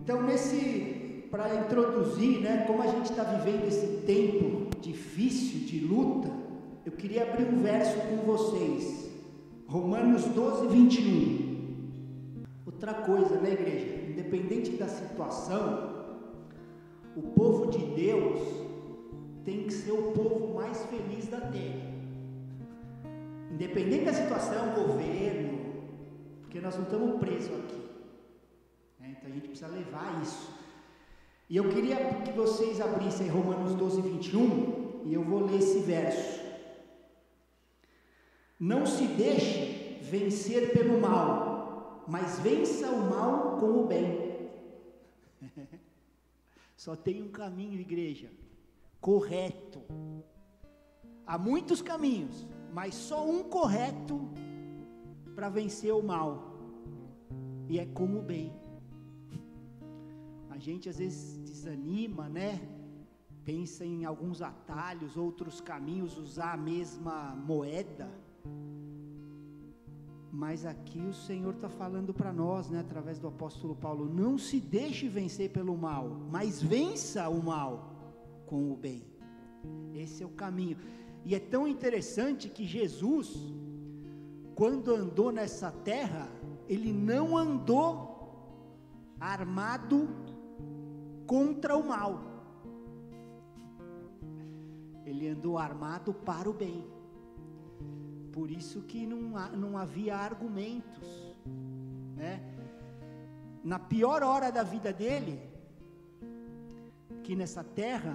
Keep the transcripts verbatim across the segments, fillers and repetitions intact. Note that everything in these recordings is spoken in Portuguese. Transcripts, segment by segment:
Então, nesse, para introduzir, né, como a gente está vivendo esse tempo difícil de luta, eu queria abrir um verso com vocês, Romanos doze, vinte e um. Outra coisa, né, igreja? Independente da situação, o povo de Deus tem que ser o povo mais feliz da terra. Independente da situação, governo, porque nós não estamos presos aqui, né? Então a gente precisa levar isso. E eu queria que vocês abrissem Romanos doze, vinte e um, e eu vou ler esse verso. Não se deixe vencer pelo mal, mas vença o mal com o bem. Só tem um caminho, igreja, correto. Há muitos caminhos, mas só um correto para vencer o mal, e é com o bem. A gente às vezes desanima, né? Pensa em alguns atalhos, outros caminhos, usar a mesma moeda. Mas aqui o Senhor está falando para nós, né, através do apóstolo Paulo: não se deixe vencer pelo mal, mas vença o mal com o bem. Esse é o caminho. E é tão interessante que Jesus, quando andou nessa terra, ele não andou armado contra o mal, ele andou armado para o bem. Por isso que não, não havia argumentos, né? Na pior hora da vida dele, que nessa terra,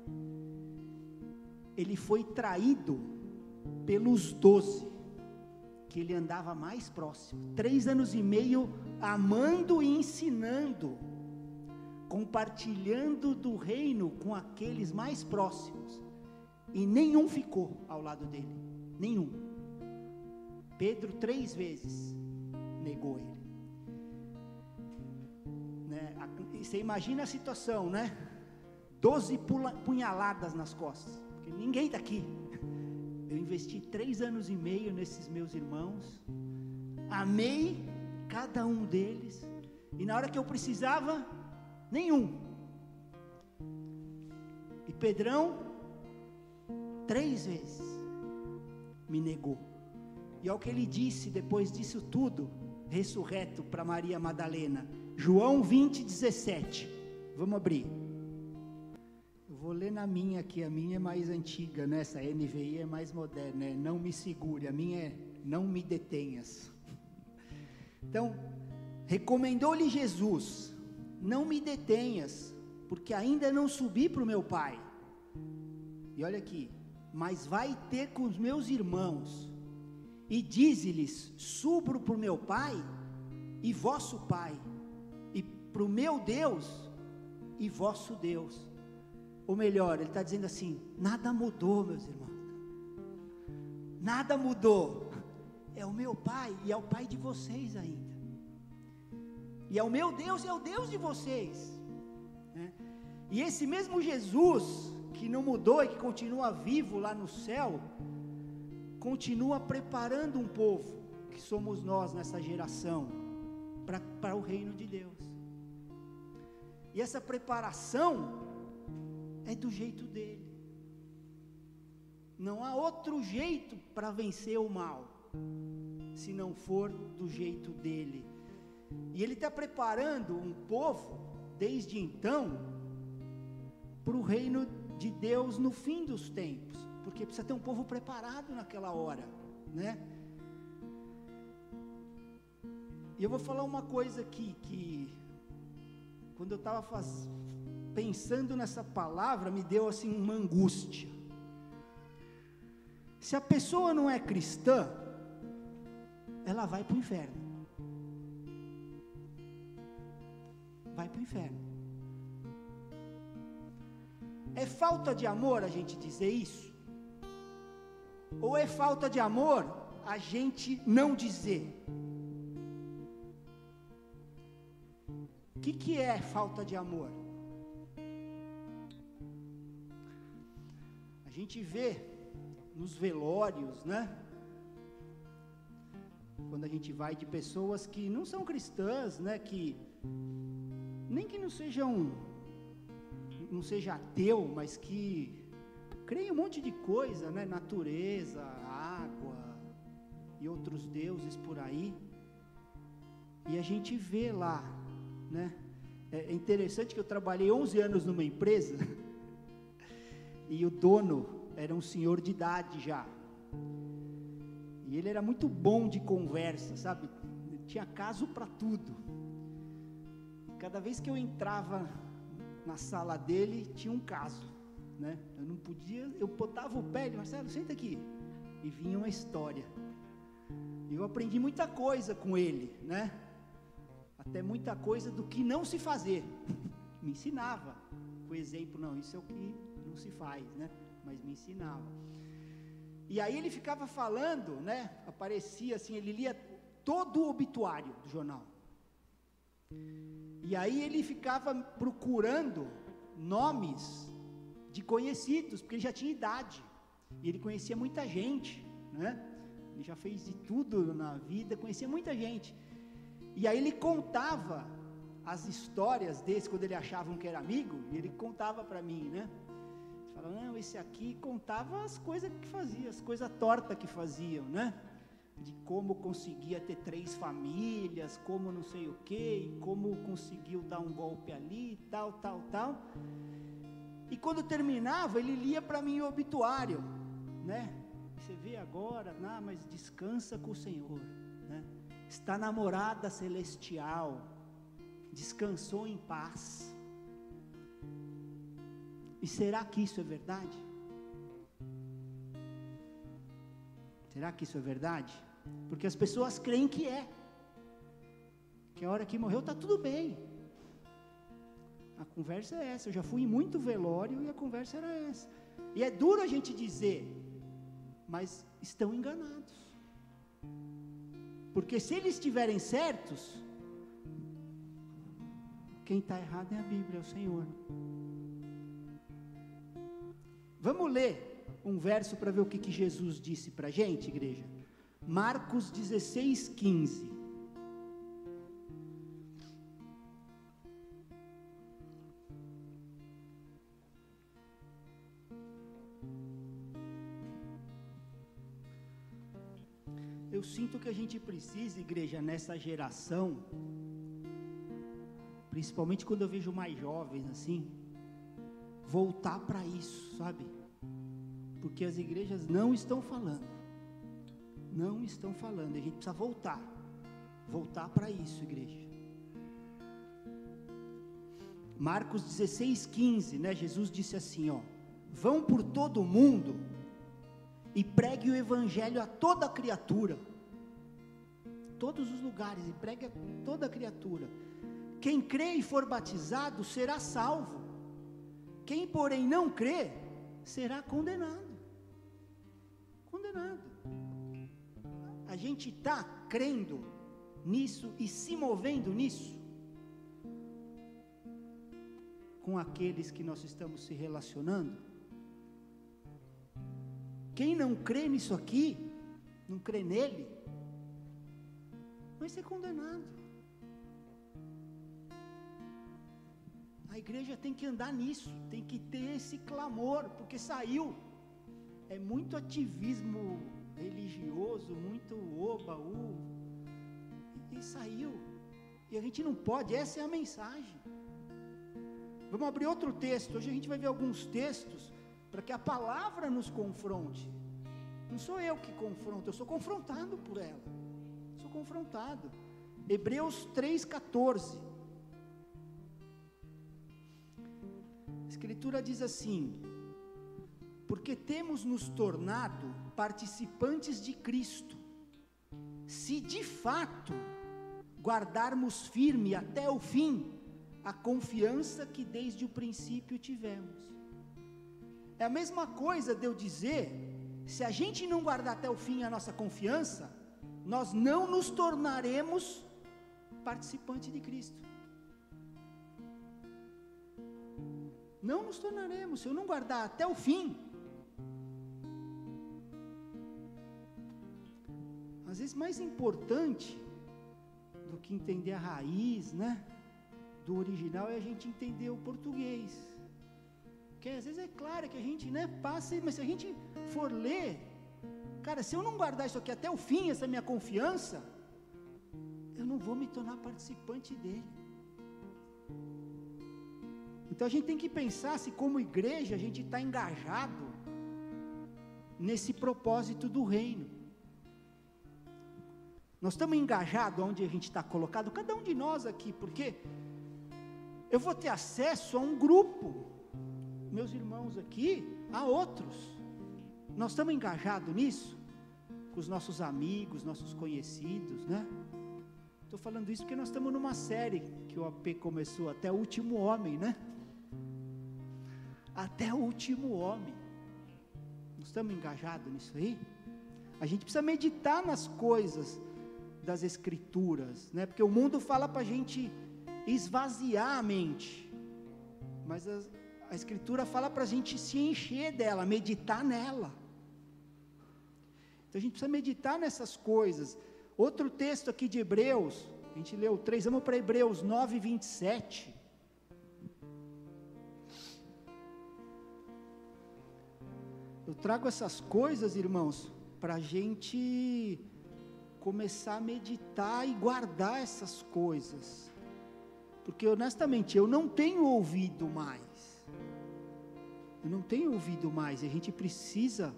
ele foi traído pelos doze, que ele andava mais próximo, três anos e meio amando e ensinando, compartilhando do reino com aqueles mais próximos, e nenhum ficou ao lado dele, nenhum. Pedro três vezes negou ele, né? Você imagina a situação, né? Doze punhaladas nas costas, porque ninguém está aqui. Eu investi três anos e meio nesses meus irmãos, amei cada um deles, e na hora que eu precisava, nenhum. E Pedrão, três vezes, me negou. E é o que ele disse depois disso tudo, ressurreto, para Maria Madalena, João vinte, dezessete, vamos abrir. Eu vou ler na minha aqui, a minha é mais antiga, né? Essa N V I é mais moderna, né? Não me segure, a minha é não me detenhas. Então, recomendou-lhe Jesus: não me detenhas, porque ainda não subi para o meu Pai. E olha aqui, mas vai ter com os meus irmãos, e dize-lhes: subo para o meu Pai e vosso Pai, e para o meu Deus e vosso Deus. Ou melhor, ele está dizendo assim: nada mudou, meus irmãos, nada mudou, é o meu Pai e é o Pai de vocês ainda, e é o meu Deus e é o Deus de vocês, né? E esse mesmo Jesus, que não mudou e que continua vivo lá no céu, continua preparando um povo, que somos nós nessa geração, para o reino de Deus. E essa preparação é do jeito dele. Não há outro jeito para vencer o mal, se não for do jeito dele. E ele está preparando um povo, desde então, para o reino de Deus no fim dos tempos, porque precisa ter um povo preparado naquela hora, né? E eu vou falar uma coisa aqui, que quando eu estava faz... pensando nessa palavra, me deu assim uma angústia. Se a pessoa não é cristã, ela vai para o inferno, vai para o inferno. É falta de amor a gente dizer isso? Ou é falta de amor a gente não dizer? O que, que é falta de amor? A gente vê nos velórios, né? Quando a gente vai de pessoas que não são cristãs, né? Que nem que não seja um, não seja ateu, mas que creia em um monte de coisa, né? Natureza, água e outros deuses por aí. E a gente vê lá, né? É interessante que eu trabalhei onze anos numa empresa e o dono era um senhor de idade já. E ele era muito bom de conversa, sabe? Ele tinha caso para tudo. Cada vez que eu entrava na sala dele, tinha um caso, né? Eu não podia, eu botava o pé, ele, Marcelo, senta aqui. E vinha uma história. E eu aprendi muita coisa com ele, né? Até muita coisa do que não se fazer. Me ensinava. Com exemplo, não, isso é o que não se faz, né? Mas me ensinava. E aí ele ficava falando, né? Aparecia assim, ele lia todo o obituário do jornal. E aí ele ficava procurando nomes de conhecidos, porque ele já tinha idade. E ele conhecia muita gente, né? Ele já fez de tudo na vida, conhecia muita gente. E aí ele contava as histórias desse, quando ele achava que era amigo, e ele contava para mim, né? Ele falava, não, esse aqui contava as coisas que fazia, as coisas tortas que faziam, né? De como conseguia ter três famílias, como não sei o quê, e como conseguiu dar um golpe ali, tal, tal, tal. E quando terminava, ele lia para mim o obituário, né? Você vê agora, não, mas descansa com o Senhor, né? Está namorada celestial, descansou em paz. E será que isso é verdade? Será que isso é verdade? Porque as pessoas creem que é, que a hora que morreu está tudo bem. A conversa é essa. Eu já fui em muito velório e a conversa era essa. E é duro a gente dizer, mas estão enganados. Porque se eles estiverem certos, quem está errado é a Bíblia, é o Senhor. Vamos ler um verso para ver o que, que Jesus disse para a gente, igreja? Marcos dezesseis, quinze. Eu sinto que a gente precisa, igreja, nessa geração, principalmente quando eu vejo mais jovens assim, voltar para isso, sabe? Porque as igrejas não estão falando, não estão falando, a gente precisa voltar, voltar para isso, igreja. Marcos dezesseis, quinze, né? Jesus disse assim, ó, vão por todo o mundo e pregue o evangelho a toda criatura, todos os lugares, e pregue a toda criatura. Quem crê e for batizado será salvo, quem porém não crê será condenado. Condenado. A gente está crendo nisso e se movendo nisso com aqueles que nós estamos se relacionando. Quem não crê nisso aqui, não crê nele, vai ser condenado. A igreja tem que andar nisso, tem que ter esse clamor, porque saiu, é muito ativismo religioso, muito oba, u, e saiu, e a gente não pode, essa é a mensagem. Vamos abrir outro texto, hoje a gente vai ver alguns textos, para que a palavra nos confronte. Não sou eu que confronto, eu sou confrontado por ela, sou confrontado. Hebreus três, quatorze. A Escritura diz assim, porque temos nos tornado participantes de Cristo, se de fato guardarmos firme até o fim a confiança que desde o princípio tivemos. É a mesma coisa de eu dizer, se a gente não guardar até o fim a nossa confiança, nós não nos tornaremos participantes de Cristo. Não nos tornaremos, se eu não guardar até o fim. Às vezes mais importante do que entender a raiz, né? do original é a gente entender o português. Porque às vezes é claro que a gente, né, passa, mas se a gente for ler, cara, se eu não guardar isso aqui até o fim, essa minha confiança, eu não vou me tornar participante dele. Então a gente tem que pensar se como igreja a gente está engajado nesse propósito do reino. Nós estamos engajados onde a gente está colocado, cada um de nós aqui, porque eu vou ter acesso a um grupo, meus irmãos aqui, a outros. Nós estamos engajados nisso? Com os nossos amigos, nossos conhecidos, né? Estou falando isso porque nós estamos numa série que o A P começou, até o último homem, né? Até o último homem. Nós estamos engajados nisso aí? A gente precisa meditar nas coisas das escrituras, né? Porque o mundo fala para a gente esvaziar a mente, mas a, a escritura fala para a gente se encher dela, meditar nela. Então a gente precisa meditar nessas coisas. Outro texto aqui de Hebreus, a gente leu três, vamos para Hebreus nove, vinte e sete. Eu trago essas coisas, irmãos, para a gente começar a meditar e guardar essas coisas, porque honestamente eu não tenho ouvido mais, eu não tenho ouvido mais, e a gente precisa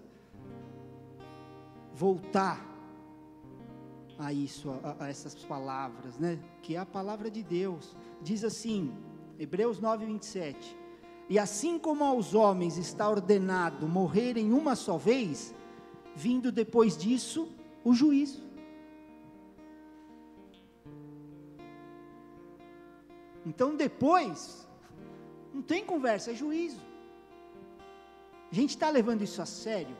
voltar a isso, a, a essas palavras, né, que é a palavra de Deus. Diz assim, Hebreus nove, vinte e sete, e assim como aos homens está ordenado morrerem uma só vez, vindo depois disso o juízo. Então depois, não tem conversa, é juízo. A gente está levando isso a sério?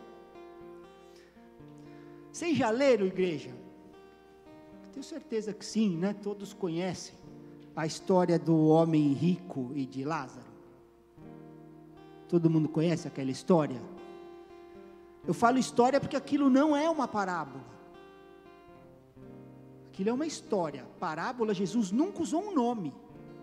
Vocês já leram, igreja? Tenho certeza que sim, né? Todos conhecem a história do homem rico e de Lázaro. Todo mundo conhece aquela história? Eu falo história porque aquilo não é uma parábola. Aquilo é uma história. Parábola, Jesus nunca usou um nome.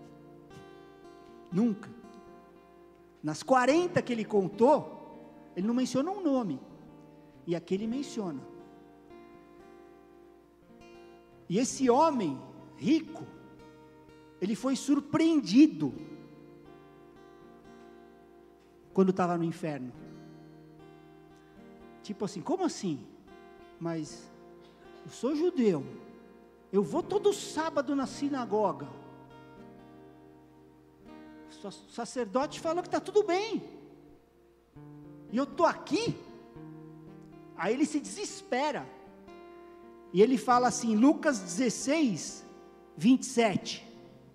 Nunca. Nas quarenta que ele contou, ele não menciona um nome. E aqui ele menciona. E esse homem rico, ele foi surpreendido quando estava no inferno. Tipo assim, como assim? Mas eu sou judeu, eu vou todo sábado na sinagoga, o sacerdote falou que está tudo bem, e eu estou aqui. Aí ele se desespera, e ele fala assim, Lucas dezesseis, vinte e sete,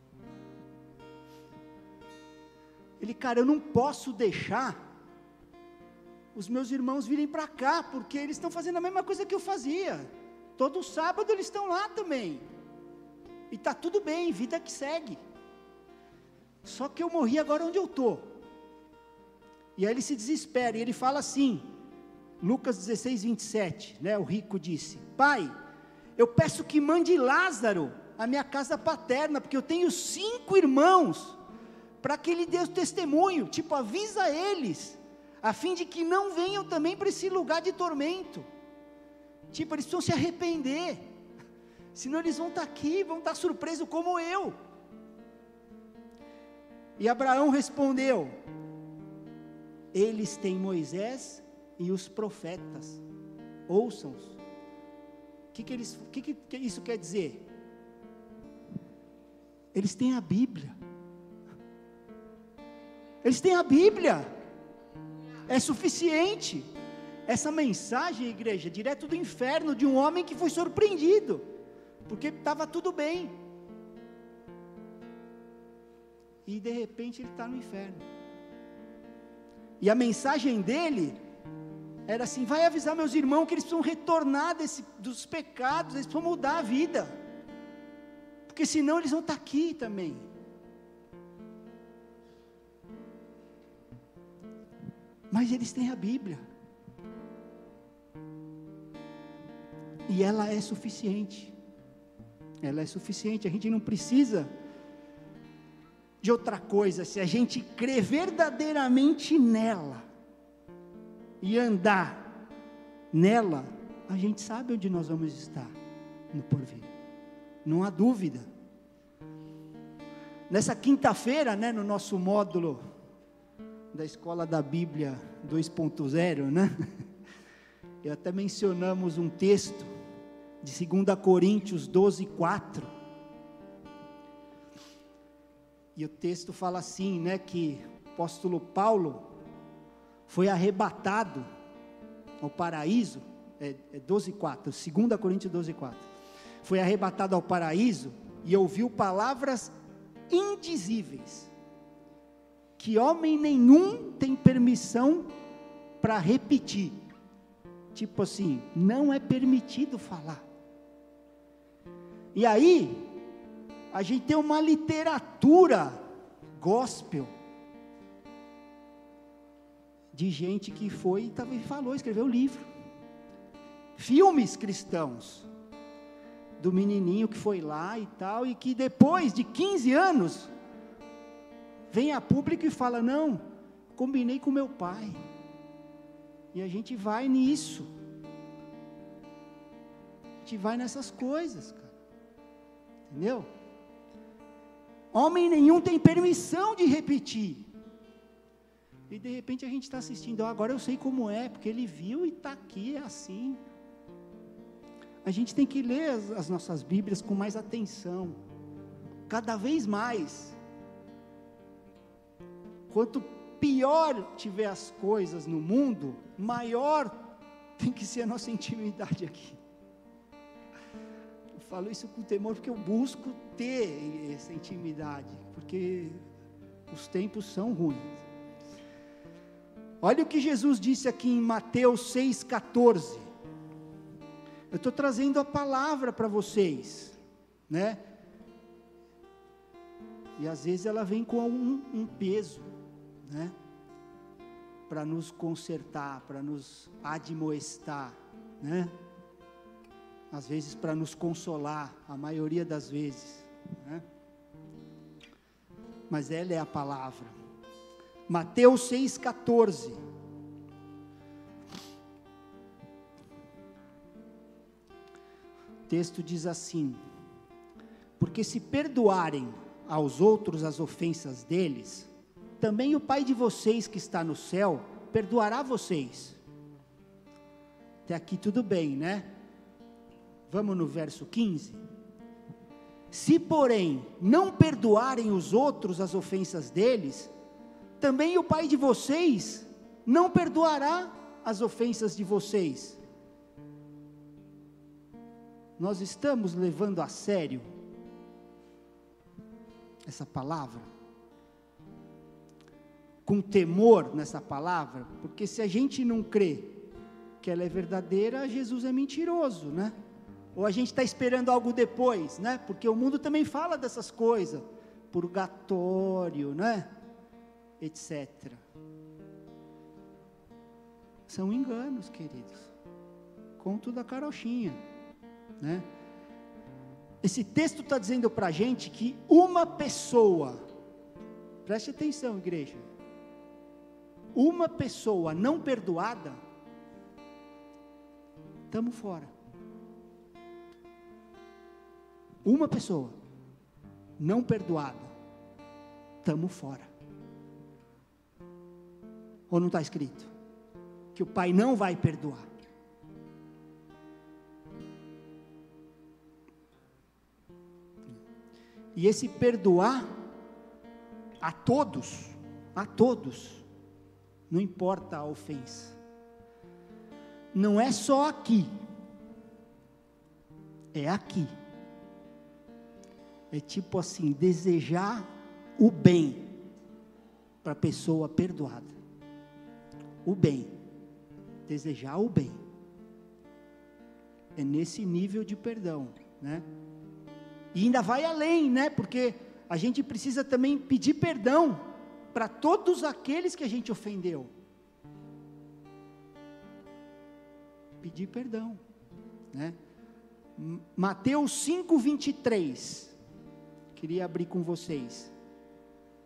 ele, cara, eu não posso deixar os meus irmãos virem para cá, porque eles estão fazendo a mesma coisa que eu fazia, todo sábado eles estão lá também, e está tudo bem, vida que segue, só que eu morri agora onde eu estou. E aí ele se desespera, e ele fala assim, Lucas dezesseis, vinte e sete, né, o rico disse, pai, eu peço que mande Lázaro à minha casa paterna, porque eu tenho cinco irmãos, para que ele dê o testemunho, tipo, avisa eles, a fim de que não venham também para esse lugar de tormento, tipo, eles precisam se arrepender, senão eles vão estar aqui, vão estar surpresos como eu. E Abraão respondeu, eles têm Moisés e os profetas, ouçam-os. O que, que, eles, que, que isso quer dizer? Eles têm a Bíblia, eles têm a Bíblia, é suficiente. Essa mensagem, igreja, direto do inferno, de um homem que foi surpreendido, porque estava tudo bem, e de repente ele está no inferno, e a mensagem dele era assim, vai avisar meus irmãos que eles precisam retornar desse, dos pecados, eles precisam mudar a vida, porque senão eles vão estar aqui também. Mas eles têm a Bíblia, e ela é suficiente, ela é suficiente, a gente não precisa de outra coisa, se a gente crer verdadeiramente nela, e andar nela, a gente sabe onde nós vamos estar no porvir, não há dúvida. Nessa quinta-feira, né, no nosso módulo da Escola da Bíblia dois ponto zero, né, e até mencionamos um texto de segunda Coríntios doze, quatro, e o texto fala assim, né, que o apóstolo Paulo foi arrebatado ao paraíso, é, é doze, quatro, segunda Coríntios doze, quatro, foi arrebatado ao paraíso, e ouviu palavras indizíveis, que homem nenhum tem permissão para repetir, tipo assim, não é permitido falar. E aí, a gente tem uma literatura gospel, de gente que foi e também falou, escreveu livro, filmes cristãos, do menininho que foi lá e tal, e que depois de quinze anos, vem a público e fala, não, combinei com meu pai, e a gente vai nisso, a gente vai nessas coisas, cara, entendeu? Homem nenhum tem permissão de repetir, e de repente a gente está assistindo, oh, agora eu sei como é, porque ele viu e está aqui, é assim. A gente tem que ler as, as nossas Bíblias com mais atenção, cada vez mais. Quanto pior tiver as coisas no mundo, maior tem que ser a nossa intimidade aqui. Eu falo isso com temor, porque eu busco ter essa intimidade, porque os tempos são ruins. Olha o que Jesus disse aqui em Mateus seis, quatorze. Eu estou trazendo a palavra para vocês, né? E às vezes ela vem com um, um peso, né? Para nos consertar, para nos admoestar, né? Às vezes para nos consolar, a maioria das vezes, né? Mas ela é a palavra. Mateus seis, quatorze. O texto diz assim: porque se perdoarem aos outros as ofensas deles, também o Pai de vocês que está no céu perdoará vocês. Até aqui tudo bem, né? Vamos no verso quinze. Se porém não perdoarem os outros as ofensas deles, também o Pai de vocês não perdoará as ofensas de vocês. Nós estamos levando a sério essa palavra? Com temor nessa palavra? Porque se a gente não crê que ela é verdadeira, Jesus é mentiroso, né? Ou a gente está esperando algo depois, né? Porque o mundo também fala dessas coisas, purgatório, né? Etcétera. São enganos, queridos. Conto da carochinha, né? Esse texto está dizendo para a gente que uma pessoa, preste atenção, igreja, uma pessoa não perdoada, estamos fora. Uma pessoa não perdoada, estamos fora. Ou não está escrito? Que o Pai não vai perdoar. E esse perdoar a todos, a todos, não importa a ofensa, não é só aqui, é aqui, é tipo assim, desejar o bem para a pessoa perdoada, o bem, desejar o bem, é nesse nível de perdão, né? E ainda vai além, né? Porque a gente precisa também pedir perdão para todos aqueles que a gente ofendeu. Pedir perdão, né? Mateus cinco, vinte e três. Queria abrir com vocês.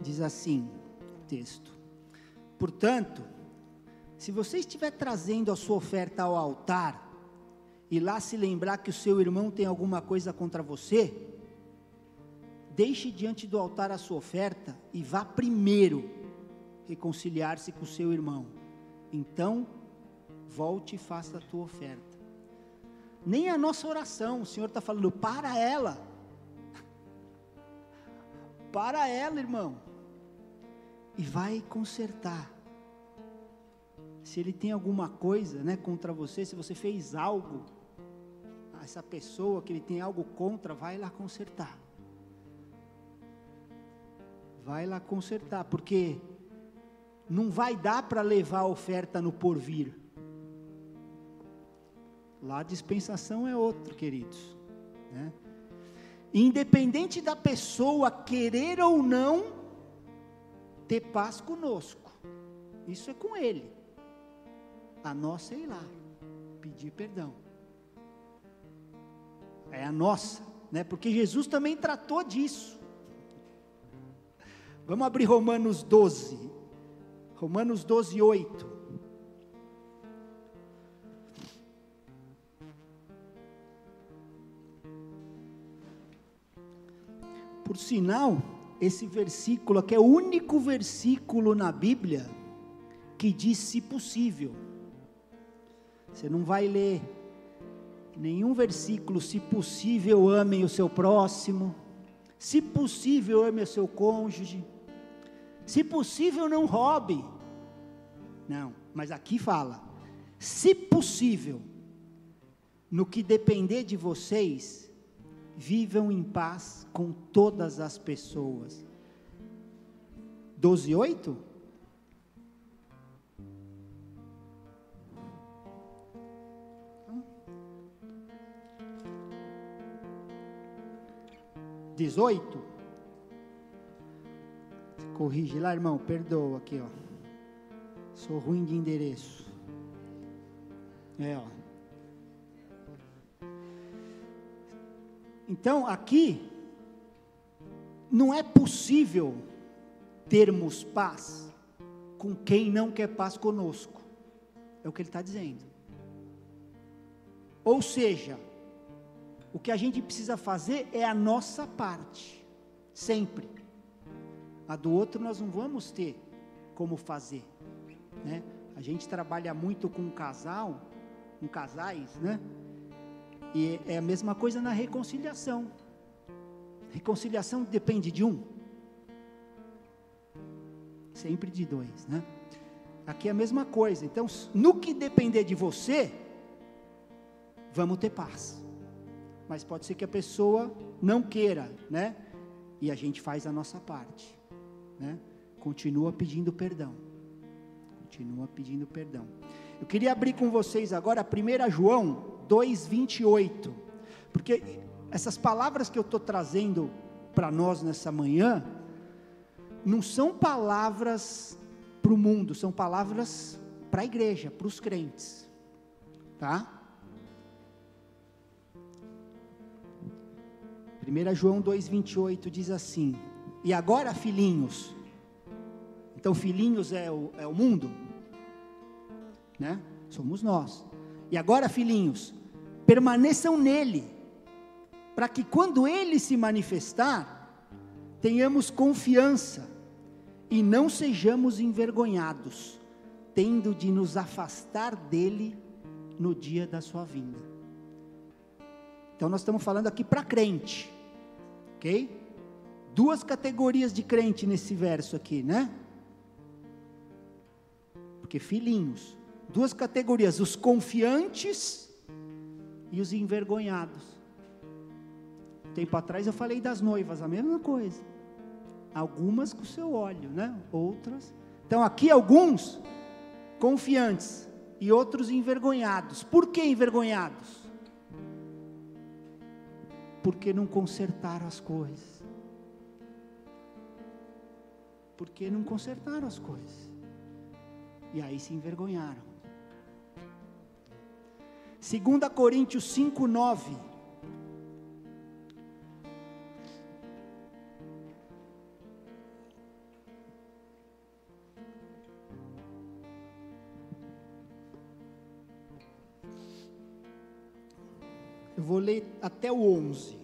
Diz assim o texto: portanto, se você estiver trazendo a sua oferta ao altar, e lá se lembrar que o seu irmão tem alguma coisa contra você, deixe diante do altar a sua oferta, e vá primeiro reconciliar-se com o seu irmão, então volte e faça a tua oferta. Nem a nossa oração, o Senhor está falando, para ela, para ela, irmão, e vai consertar. Se ele tem alguma coisa, né, contra você, se você fez algo, essa pessoa que ele tem algo contra, vai lá consertar, vai lá consertar, porque não vai dar para levar a oferta no porvir. Lá a dispensação é outro, queridos, né? Independente da pessoa querer ou não ter paz conosco, isso é com ele. A nossa é ir lá pedir perdão, é a nossa, né? Porque Jesus também tratou disso. Vamos abrir Romanos doze, Romanos doze, oito. Por sinal, esse versículo aqui é o único versículo na Bíblia que diz se possível. Você não vai ler nenhum versículo, se possível amem o seu próximo, se possível ame o seu cônjuge, se possível não roube. Não, mas aqui fala, se possível, no que depender de vocês, vivam em paz com todas as pessoas. doze, oito? dezoito? Corrige lá, irmão, perdoa aqui, ó. Sou ruim de endereço. É, ó. Então, aqui, não é possível termos paz com quem não quer paz conosco. É o que ele está dizendo. Ou seja, o que a gente precisa fazer é a nossa parte, sempre. A do outro nós não vamos ter como fazer, né? A gente trabalha muito com casal, com casais, né? E é a mesma coisa na reconciliação. Reconciliação depende de um, sempre de dois, né? Aqui é a mesma coisa. Então, no que depender de você, vamos ter paz. Mas pode ser que a pessoa não queira, né? E a gente faz a nossa parte, né? Continua pedindo perdão. Continua pedindo perdão. Eu queria abrir com vocês agora primeiro João dois, vinte e oito. Porque essas palavras que eu estou trazendo para nós nessa manhã, não são palavras para o mundo, são palavras para a igreja, para os crentes. Tá? primeiro João dois, vinte e oito diz assim: e agora, filhinhos, então filhinhos é o, é o mundo, né? Somos nós. E agora, filhinhos, permaneçam nele, para que quando ele se manifestar, tenhamos confiança, e não sejamos envergonhados, tendo de nos afastar dele no dia da sua vinda. Então nós estamos falando aqui para crente, ok? Duas categorias de crente nesse verso aqui, né? Porque filhinhos, duas categorias, os confiantes e os envergonhados. Tempo atrás eu falei das noivas, a mesma coisa, algumas com o seu óleo, né? Outras, então aqui alguns confiantes e outros envergonhados. Por que envergonhados? Porque não consertaram as coisas, porque não consertaram as coisas, e aí se envergonharam. Segunda Coríntios cinco, nove. Eu vou ler até o onze.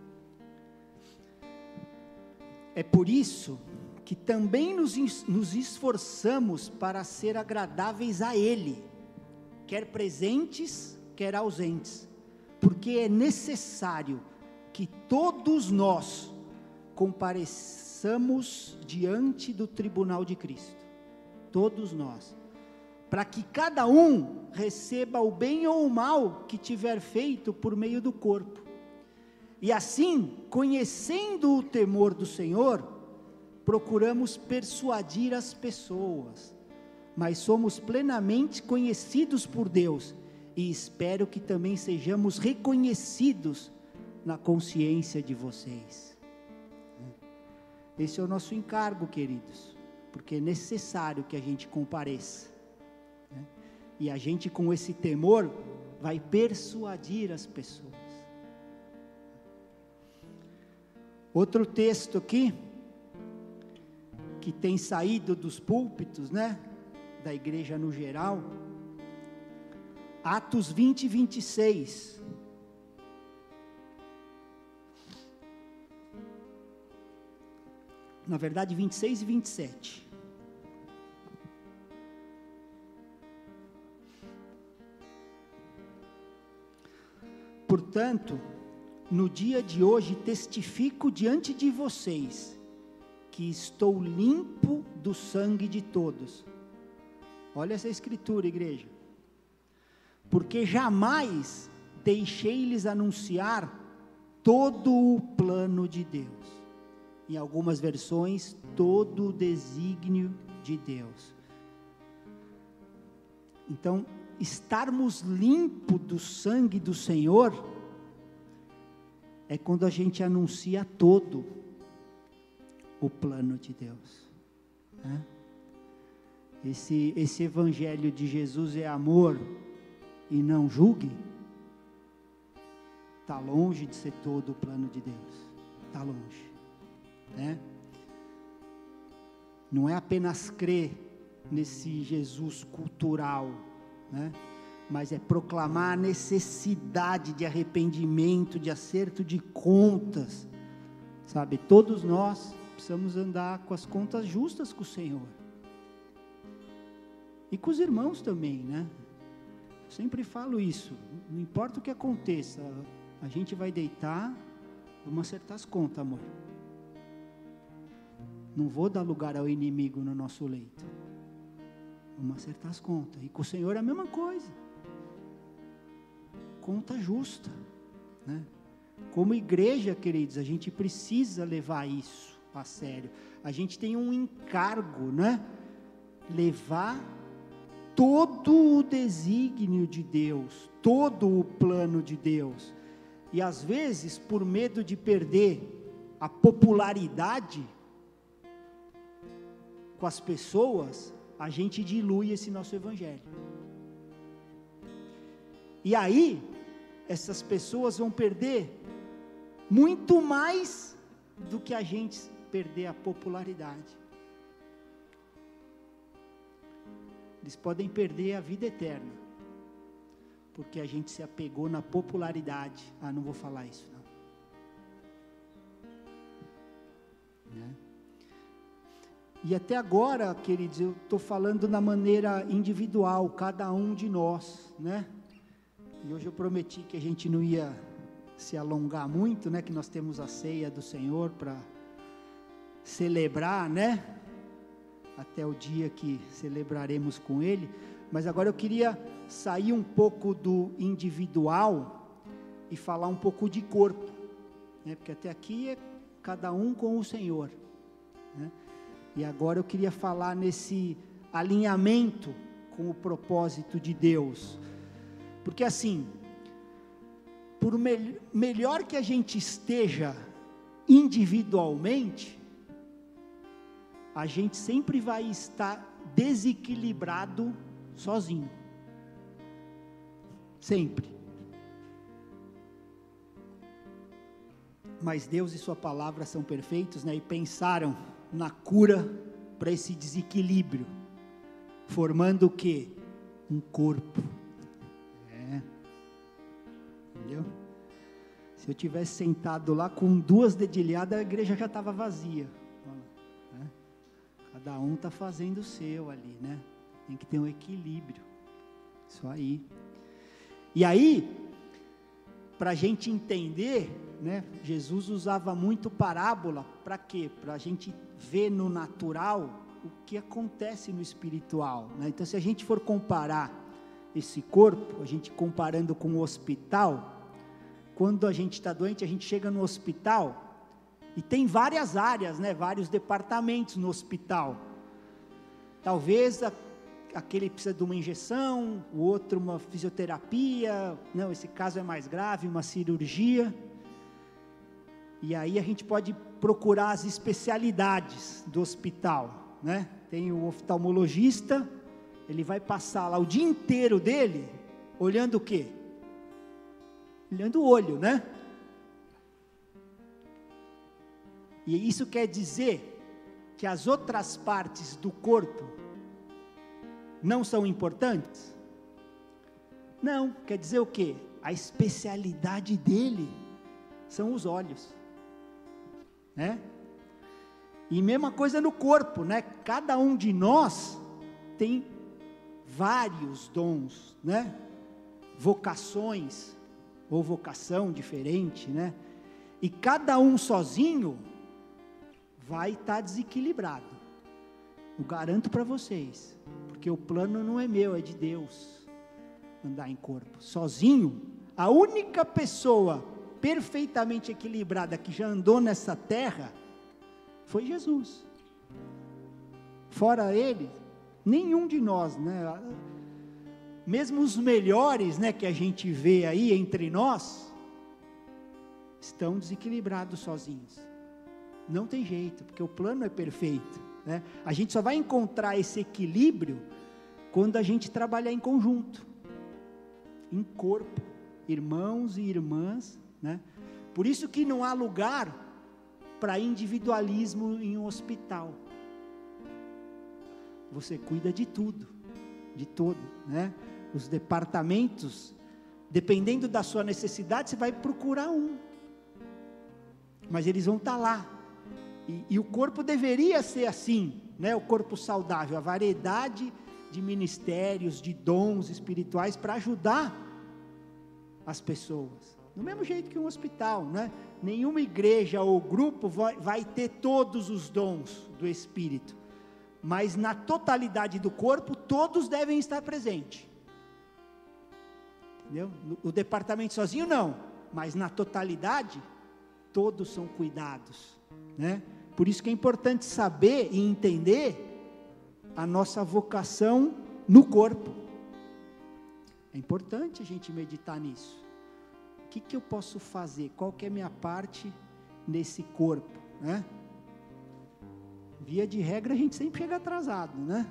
É por isso que também nos, nos esforçamos para ser agradáveis a Ele, quer presentes, quer ausentes, porque é necessário que todos nós compareçamos diante do tribunal de Cristo, todos nós, para que cada um receba o bem ou o mal que tiver feito por meio do corpo, e assim, conhecendo o temor do Senhor, procuramos persuadir as pessoas, mas somos plenamente conhecidos por Deus, e espero que também sejamos reconhecidos na consciência de vocês. Esse é o nosso encargo, queridos, porque é necessário que a gente compareça, né? E a gente, com esse temor, vai persuadir as pessoas. Outro texto aqui, que tem saído dos púlpitos, né, da igreja no geral, Atos vinte, vinte e seis, na verdade vinte e seis e vinte e sete, portanto, no dia de hoje testifico diante de vocês, que estou limpo do sangue de todos. Olha essa escritura, igreja. Porque jamais deixei-lhes anunciar todo o plano de Deus. Em algumas versões, todo o desígnio de Deus. Então, estarmos limpos do sangue do Senhor, é quando a gente anuncia todo o plano de Deus, né? Esse, esse evangelho de Jesus é amor e não julgue, está longe de ser todo o plano de Deus, está longe, né? Não é apenas crer nesse Jesus cultural, né? Mas é proclamar a necessidade de arrependimento, de acerto de contas, sabe? Todos nós precisamos andar com as contas justas com o Senhor, e com os irmãos também, né? Eu sempre falo isso, não importa o que aconteça, a gente vai deitar, vamos acertar as contas, amor, não vou dar lugar ao inimigo no nosso leito, vamos acertar as contas, e com o Senhor é a mesma coisa, conta justa, né? Como igreja, queridos, a gente precisa levar isso a sério. A gente tem um encargo, né? Levar todo o desígnio de Deus, todo o plano de Deus. E às vezes, por medo de perder a popularidade com as pessoas, a gente dilui esse nosso evangelho. E aí, essas pessoas vão perder muito mais do que a gente perder a popularidade. Eles podem perder a vida eterna, porque a gente se apegou na popularidade. Ah, não vou falar isso não, né? E até agora, queridos, eu estou falando na maneira individual, cada um de nós, né? E hoje eu prometi que a gente não ia se alongar muito, né? Que nós temos a ceia do Senhor para celebrar, né? Até o dia que celebraremos com Ele. Mas agora eu queria sair um pouco do individual e falar um pouco de corpo, né? Porque até aqui é cada um com o Senhor, né? E agora eu queria falar nesse alinhamento com o propósito de Deus, porque assim, por me- melhor que a gente esteja individualmente, a gente sempre vai estar desequilibrado sozinho, sempre. Mas Deus e sua palavra são perfeitos, né? E pensaram na cura para esse desequilíbrio, formando o quê? Um corpo. É. Entendeu? Se eu tivesse sentado lá com duas dedilhadas, a igreja já estava vazia. Né? Cada um está fazendo o seu ali, né? Tem que ter um equilíbrio. Isso aí. E aí, para a gente entender, né, Jesus usava muito parábola, para quê? Para a gente ver no natural o que acontece no espiritual, né? Então, se a gente for comparar esse corpo, a gente comparando com o hospital, quando a gente está doente, a gente chega no hospital, e tem várias áreas, né, vários departamentos no hospital. Talvez a, aquele precisa de uma injeção, o outro uma fisioterapia, não, esse caso é mais grave, uma cirurgia. E aí a gente pode procurar as especialidades do hospital, né? Tem o oftalmologista, ele vai passar lá o dia inteiro dele, olhando o quê? Olhando o olho, né? E isso quer dizer que as outras partes do corpo não são importantes? Não, quer dizer o quê? A especialidade dele são os olhos, né? E mesma coisa no corpo, né? Cada um de nós tem vários dons, né? Vocações, ou vocação diferente, né? E cada um sozinho vai estar desequilibrado. Eu garanto para vocês, porque o plano não é meu, é de Deus, andar em corpo. Sozinho, a única pessoa perfeitamente equilibrada que já andou nessa terra foi Jesus. Fora ele, nenhum de nós, né? Mesmo os melhores, né, que a gente vê aí entre nós, estão desequilibrados sozinhos. Não tem jeito, porque o plano é perfeito, né? A gente só vai encontrar esse equilíbrio quando a gente trabalhar em conjunto, em corpo, irmãos e irmãs, né? Por isso que não há lugar para individualismo em um hospital. Você cuida de tudo, de todo, né? Os departamentos, dependendo da sua necessidade, você vai procurar um, mas eles vão estar lá, e, e o corpo deveria ser assim, né? O corpo saudável, a variedade de ministérios, de dons espirituais para ajudar as pessoas, do mesmo jeito que um hospital, né? Nenhuma igreja ou grupo vai, vai ter todos os dons do Espírito, mas na totalidade do corpo, todos devem estar presentes. Entendeu? O departamento sozinho não, mas na totalidade, todos são cuidados, né? Por isso que é importante saber e entender a nossa vocação no corpo. É importante a gente meditar nisso. O que, que eu posso fazer? Qual que é a minha parte nesse corpo, né? Via de regra, a gente sempre chega atrasado, né?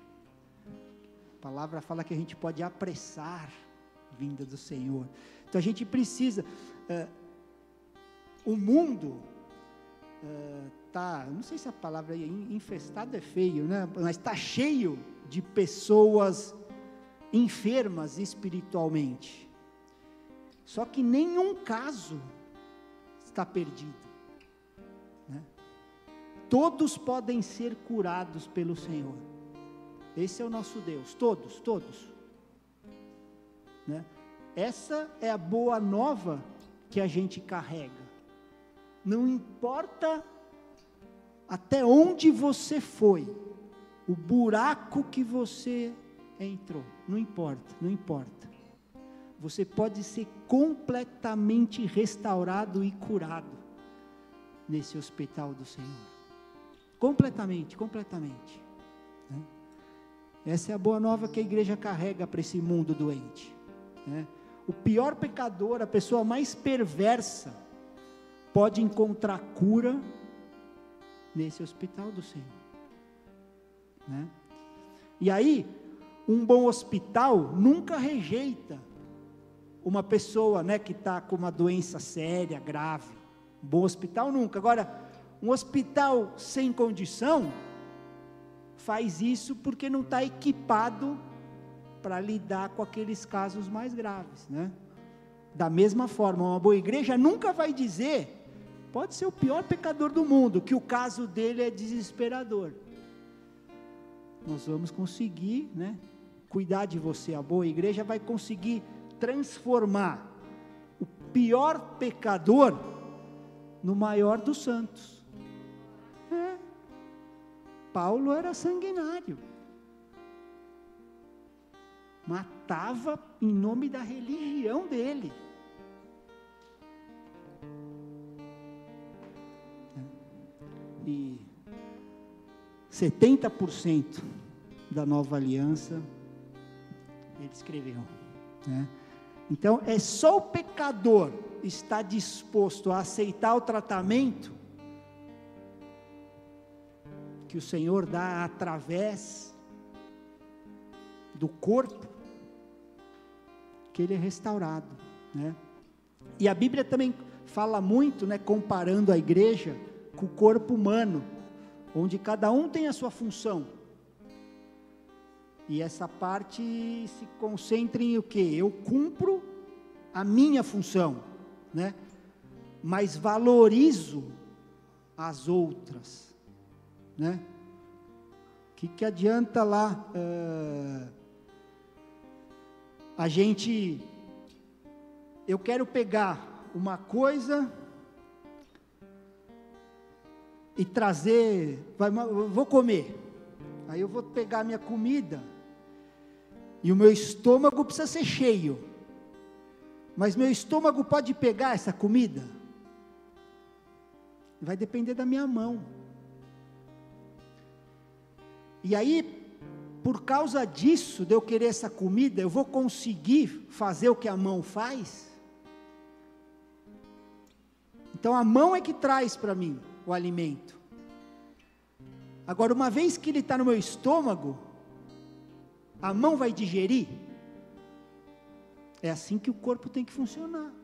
A palavra fala que a gente pode apressar a vinda do Senhor. Então a gente precisa, uh, o mundo está, uh, não sei se a palavra infestado é feio, né? Mas está cheio de pessoas enfermas espiritualmente. Só que nenhum caso está perdido, né? Todos podem ser curados pelo Senhor. Esse é o nosso Deus, todos, todos, né? Essa é a boa nova que a gente carrega. Não importa até onde você foi, o buraco que você entrou, não importa, não importa. Você pode ser completamente restaurado e curado nesse hospital do Senhor. Completamente, completamente, né? Essa é a boa nova que a igreja carrega para esse mundo doente, né? O pior pecador, a pessoa mais perversa, pode encontrar cura nesse hospital do Senhor, né? E aí, um bom hospital nunca rejeita uma pessoa, né, que está com uma doença séria, grave. Um bom hospital nunca. Agora, um hospital sem condição faz isso porque não está equipado para lidar com aqueles casos mais graves, né? Da mesma forma, uma boa igreja nunca vai dizer, pode ser o pior pecador do mundo, que o caso dele é desesperador. Nós vamos conseguir, né, cuidar de você. A boa igreja vai conseguir transformar o pior pecador no maior dos santos. É. Paulo era sanguinário, matava em nome da religião dele. E setenta por cento da nova aliança ele escreveu, né? Então é só o pecador estar disposto a aceitar o tratamento que o Senhor dá através do corpo, que ele é restaurado, né? E a Bíblia também fala muito, né, comparando a igreja com o corpo humano, onde cada um tem a sua função, e essa parte se concentra em o quê? Eu cumpro a minha função, né? Mas valorizo as outras, né? O que, que adianta lá uh, a gente, eu quero pegar uma coisa e trazer, vai, eu vou comer, aí eu vou pegar a minha comida, e o meu estômago precisa ser cheio, mas meu estômago pode pegar essa comida? Vai depender da minha mão. E aí, por causa disso, de eu querer essa comida, eu vou conseguir fazer o que a mão faz? Então a mão é que traz para mim o alimento. Agora, uma vez que ele está no meu estômago, a mão vai digerir? É assim que o corpo tem que funcionar.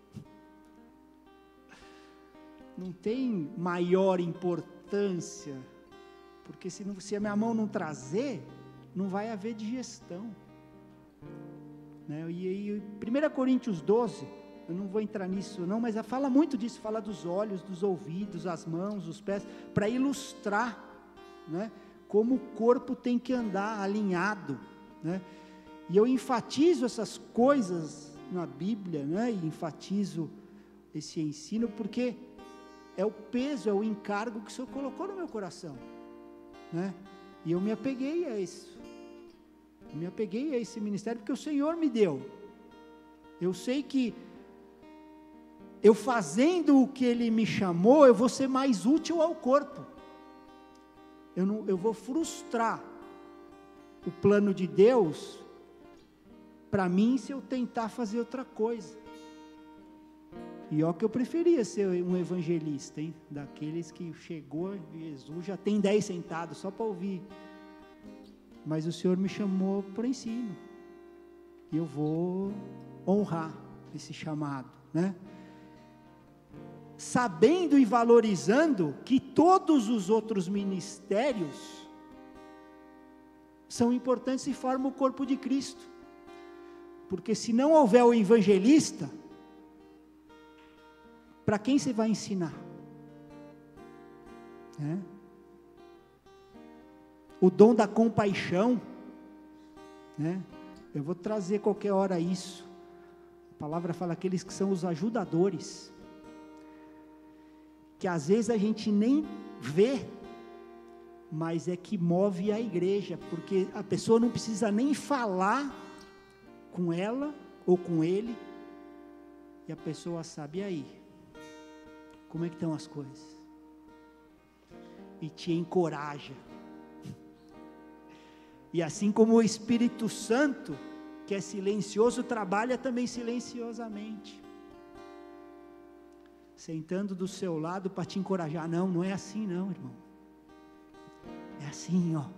Não tem maior importância, porque se, não, se a minha mão não trazer, não vai haver digestão, né? E aí, primeira Coríntios doze, eu não vou entrar nisso não, mas fala muito disso, fala dos olhos, dos ouvidos, as mãos, os pés, para ilustrar, né, como o corpo tem que andar alinhado, né? E eu enfatizo essas coisas na Bíblia, né, e enfatizo esse ensino, porque é o peso, é o encargo que o Senhor colocou no meu coração, né? E eu me apeguei a isso, eu me apeguei a esse ministério, porque o Senhor me deu. Eu sei que eu fazendo o que Ele me chamou, eu vou ser mais útil ao corpo. Eu, não, eu vou frustrar o plano de Deus para mim, se eu tentar fazer outra coisa. E ó, que eu preferia ser um evangelista, hein? Daqueles que chegou, Jesus já tem dez sentados só para ouvir, mas o Senhor me chamou para o ensino, e eu vou honrar esse chamado, né? Sabendo e valorizando que todos os outros ministérios são importantes e formam o corpo de Cristo, porque se não houver o evangelista, para quem você vai ensinar? É? O dom da compaixão, né? Eu vou trazer qualquer hora isso. A palavra fala aqueles que são os ajudadores, que às vezes a gente nem vê, mas é que move a igreja, porque a pessoa não precisa nem falar com ela ou com ele, e a pessoa sabe, e aí? Como é que estão as coisas? E te encoraja. E assim como o Espírito Santo, que é silencioso, trabalha também silenciosamente, sentando do seu lado para te encorajar. Não, não é assim não, irmão. É assim, ó.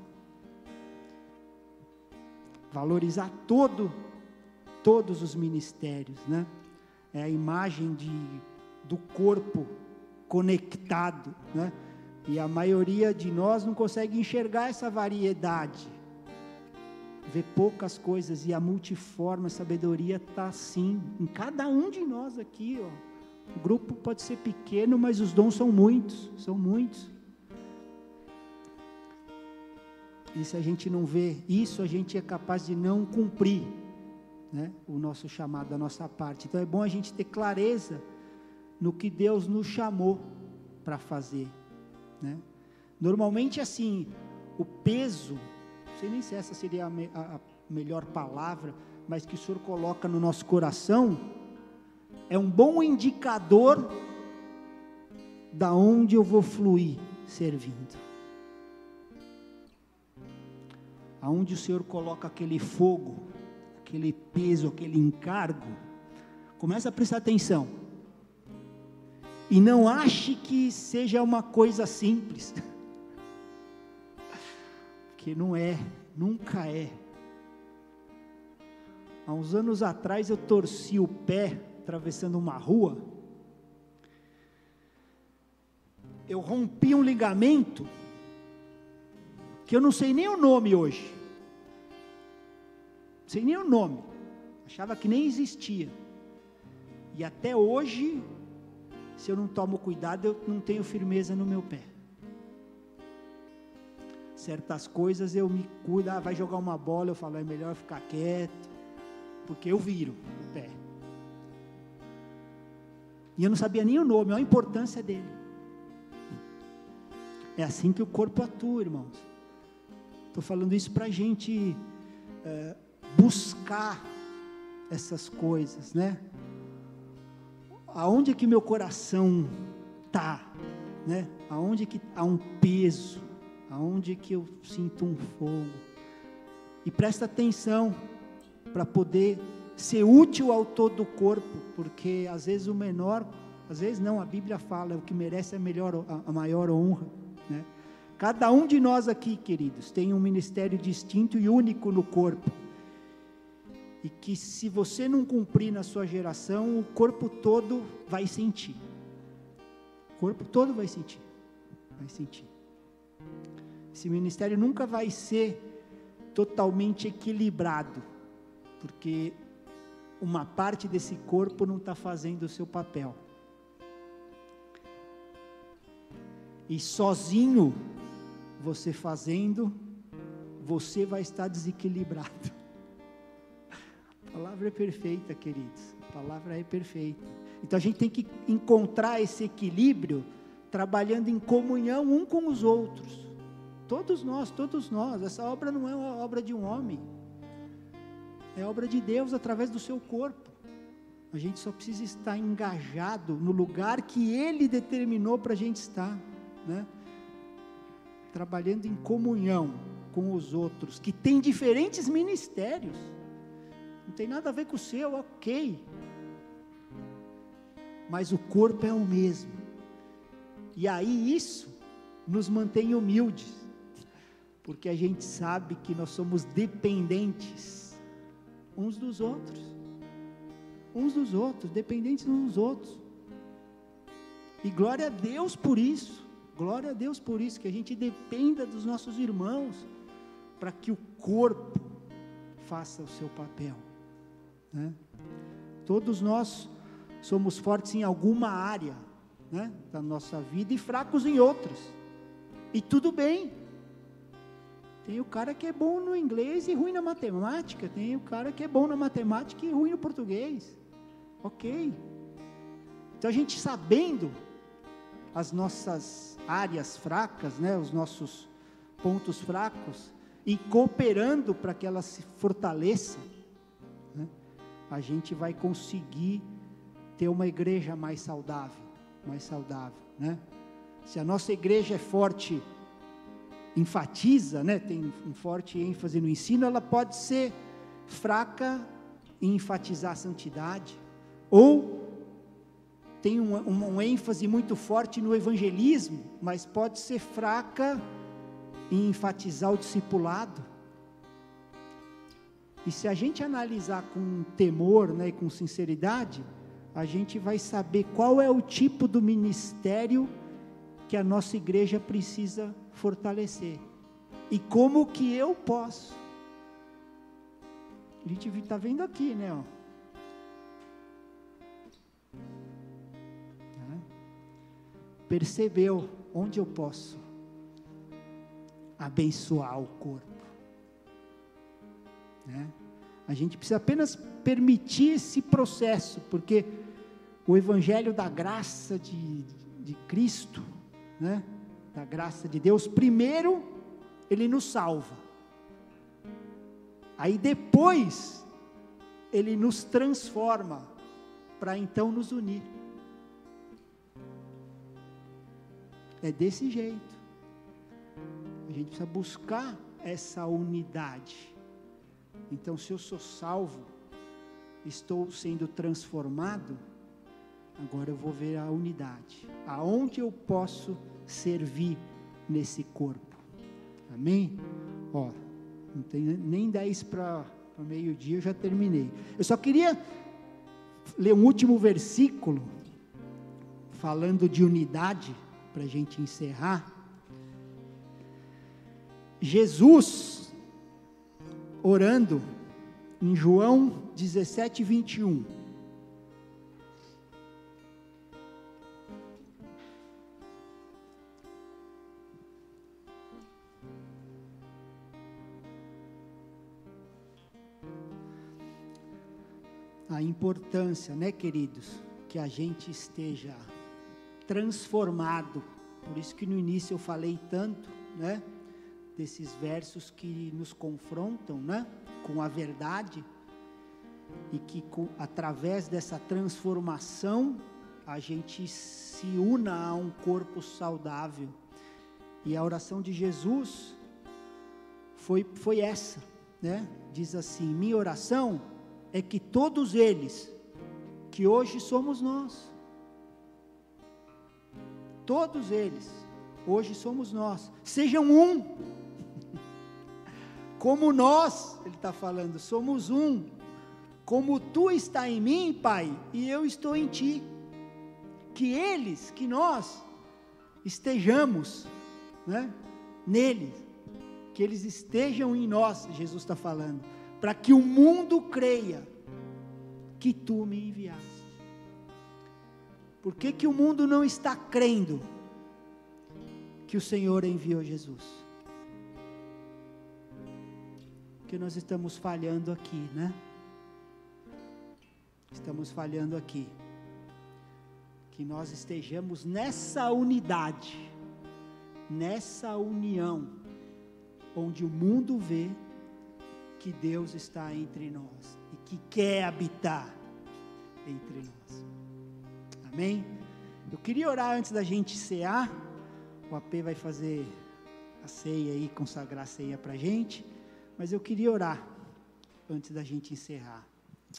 Valorizar todo, todos os ministérios, né? É a imagem de, do corpo conectado, né? E a maioria de nós não consegue enxergar essa variedade, vê poucas coisas, e a multiforme sabedoria está sim, em cada um de nós aqui, ó. O grupo pode ser pequeno, mas os dons são muitos, são muitos. E se a gente não vê isso, a gente é capaz de não cumprir, né, o nosso chamado, a nossa parte. Então é bom a gente ter clareza no que Deus nos chamou para fazer, né? Normalmente assim, o peso, não sei nem se essa seria a, me, a, a melhor palavra, mas que o Senhor coloca no nosso coração, é um bom indicador da onde eu vou fluir servindo. Aonde o Senhor coloca aquele fogo, aquele peso, aquele encargo, começa a prestar atenção. E não ache que seja uma coisa simples. Porque não é, nunca é. Há uns anos atrás eu torci o pé atravessando uma rua. Eu rompi um ligamento que eu não sei nem o nome hoje. Não sei nem o nome. Achava que nem existia. E até hoje, se eu não tomo cuidado, eu não tenho firmeza no meu pé. Certas coisas eu me cuido, ah, vai jogar uma bola, eu falo, é melhor ficar quieto, porque eu viro o pé. E eu não sabia nem o nome, olha a importância dele. É assim que o corpo atua, irmãos. Estou falando isso para a gente é, buscar essas coisas, né? Aonde é que meu coração está, né? Aonde é que há um peso, aonde é que eu sinto um fogo, e presta atenção, para poder ser útil ao todo o corpo, porque às vezes o menor, às vezes não, a Bíblia fala, o que merece a, melhor, a, a maior honra, né? Cada um de nós aqui, queridos, tem um ministério distinto e único no corpo, e que se você não cumprir na sua geração, o corpo todo vai sentir, o corpo todo vai sentir, vai sentir, esse ministério nunca vai ser totalmente equilibrado, porque uma parte desse corpo não está fazendo o seu papel, e sozinho, você fazendo, você vai estar desequilibrado. A palavra é perfeita, queridos, a palavra é perfeita. Então a gente tem que encontrar esse equilíbrio, trabalhando em comunhão um com os outros, todos nós, todos nós. Essa obra não é uma obra de um homem, é obra de Deus através do seu corpo. A gente só precisa estar engajado no lugar que Ele determinou para a gente estar, né? Trabalhando em comunhão com os outros, que têm diferentes ministérios, não tem nada a ver com o seu, ok, mas o corpo é o mesmo, e aí isso nos mantém humildes, porque a gente sabe que nós somos dependentes uns dos outros, uns dos outros, dependentes uns dos outros, e glória a Deus por isso, glória a Deus por isso, que a gente dependa dos nossos irmãos, para que o corpo faça o seu papel, né? Todos nós somos fortes em alguma área, né, da nossa vida, e fracos em outras, e tudo bem. Tem o cara que é bom no inglês e ruim na matemática, tem o cara que é bom na matemática e ruim no português, ok. Então a gente sabendo as nossas áreas fracas, né, os nossos pontos fracos, e cooperando para que elas se fortaleçam, né, a gente vai conseguir ter uma igreja mais saudável, mais saudável, né? Se a nossa igreja é forte, enfatiza, né, tem um forte ênfase no ensino, ela pode ser fraca em enfatizar a santidade, ou tem um, um, um ênfase muito forte no evangelismo, mas pode ser fraca em enfatizar o discipulado. E se a gente analisar com temor, né, e com sinceridade, a gente vai saber qual é o tipo do ministério que a nossa igreja precisa fortalecer, e como que eu posso A gente está vendo aqui, né? Ó. Percebeu onde eu posso abençoar o corpo, né? A gente precisa apenas permitir esse processo, porque o evangelho da graça de, de Cristo, né? Da graça de Deus, primeiro ele nos salva, aí depois ele nos transforma para então nos unir. É desse jeito. A gente precisa buscar essa unidade. Então, se eu sou salvo, estou sendo transformado, agora eu vou ver a unidade. Aonde eu posso servir nesse corpo. Amém? Ó, não tem nem dez para meio-dia, eu já terminei. Eu só queria ler um último versículo, falando de unidade, para a gente encerrar. Jesus, orando, em João dezessete, vinte e um. A importância, né, queridos, que a gente esteja transformado. Por isso que no início eu falei tanto, né, desses versos que nos confrontam, né, com a verdade, e que com, através dessa transformação a gente se una a um corpo saudável. E a oração de Jesus foi, foi essa, né? Diz assim: minha oração é que todos eles, que hoje somos nós, todos eles, hoje somos nós, sejam um, como nós, ele está falando, somos um, como tu está em mim, Pai, e eu estou em ti, que eles, que nós, estejamos, né, neles, que eles estejam em nós, Jesus está falando, para que o mundo creia que tu me enviaste. Por que que o mundo não está crendo que o Senhor enviou Jesus? Porque nós estamos falhando aqui, né? Estamos falhando aqui. Que nós estejamos nessa unidade, nessa união, onde o mundo vê que Deus está entre nós e que quer habitar entre nós. Amém? Eu queria orar antes da gente cear. O A P vai fazer a ceia aí, consagrar a ceia para a gente, mas eu queria orar antes da gente encerrar.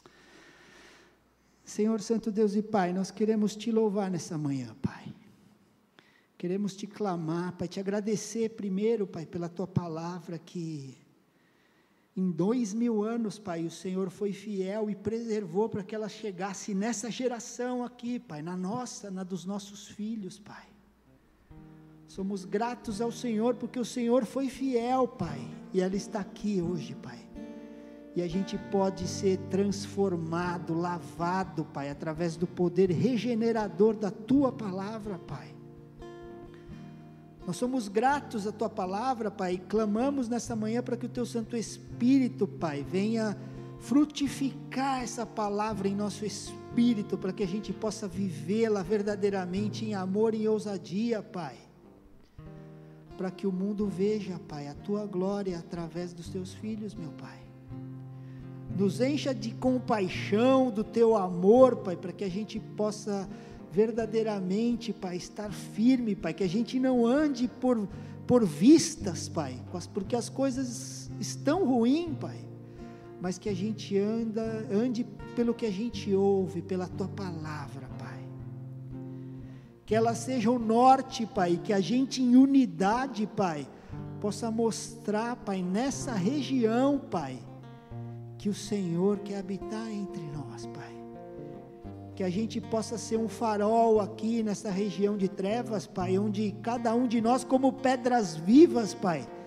Senhor Santo Deus e Pai, nós queremos te louvar nessa manhã, Pai. Queremos te clamar, Pai, te agradecer primeiro, Pai, pela tua palavra que em dois mil anos, Pai, o Senhor foi fiel e preservou para que ela chegasse nessa geração aqui, Pai, na nossa, na dos nossos filhos, Pai. Somos gratos ao Senhor porque o Senhor foi fiel, Pai, e ela está aqui hoje, Pai. E a gente pode ser transformado, lavado, Pai, através do poder regenerador da tua palavra, Pai. Nós somos gratos à tua palavra, Pai, e clamamos nessa manhã para que o teu Santo Espírito, Pai, venha frutificar essa palavra em nosso espírito, para que a gente possa vivê-la verdadeiramente em amor e ousadia, Pai, para que o mundo veja, Pai, a tua glória através dos teus filhos, meu Pai. Nos encha de compaixão do teu amor, Pai, para que a gente possa verdadeiramente, Pai, estar firme, Pai, que a gente não ande por, por vistas, Pai, porque as coisas estão ruins, Pai, mas que a gente anda, ande pelo que a gente ouve, pela tua palavra, Pai, que ela seja o norte, Pai, que a gente em unidade, Pai, possa mostrar, Pai, nessa região, Pai, que o Senhor quer habitar entre nós, Pai. Que a gente possa ser um farol aqui nessa região de trevas, Pai, onde cada um de nós, como pedras vivas, Pai,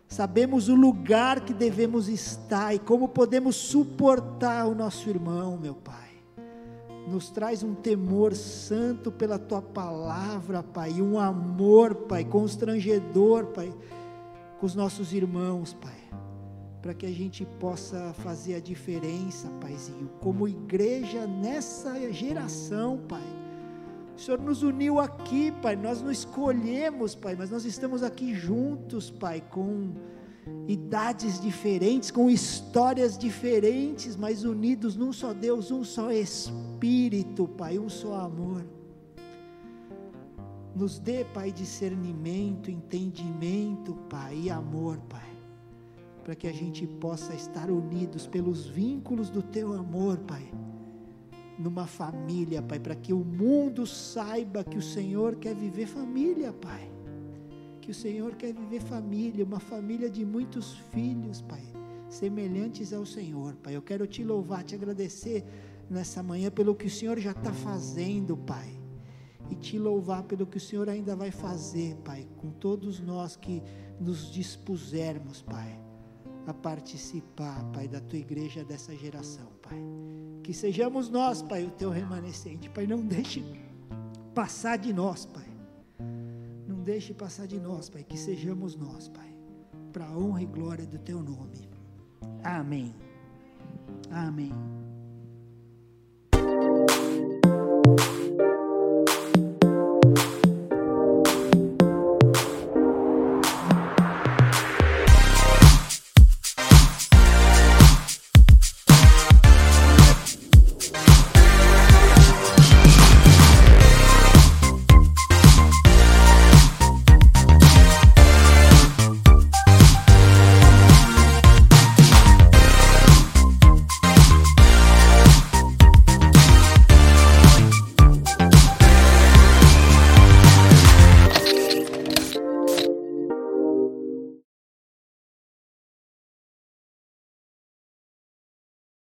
sabemos o lugar que devemos estar e como podemos suportar o nosso irmão, meu Pai. Nos traz um temor santo pela Tua palavra, Pai, e um amor, Pai, constrangedor, Pai, com os nossos irmãos, Pai, para que a gente possa fazer a diferença, Paizinho, como igreja nessa geração, Pai. O Senhor nos uniu aqui, Pai, nós não escolhemos, Pai, mas nós estamos aqui juntos, Pai, com idades diferentes, com histórias diferentes, mas unidos num só Deus, um só Espírito, Pai, um só amor. Nos dê, Pai, discernimento, entendimento, Pai, e amor, Pai, para que a gente possa estar unidos pelos vínculos do Teu amor, Pai, numa família, Pai, para que o mundo saiba que o Senhor quer viver família, Pai, que o Senhor quer viver família, uma família de muitos filhos, Pai, semelhantes ao Senhor, Pai. Eu quero Te louvar, Te agradecer nessa manhã pelo que o Senhor já está fazendo, Pai, e Te louvar pelo que o Senhor ainda vai fazer, Pai, com todos nós que nos dispusermos, Pai, a participar, Pai, da Tua igreja dessa geração, Pai. Que sejamos nós, Pai, o Teu remanescente, Pai, não deixe passar de nós, Pai. Não deixe passar de nós, Pai, que sejamos nós, Pai, para a honra e glória do Teu nome. Amém. Amém.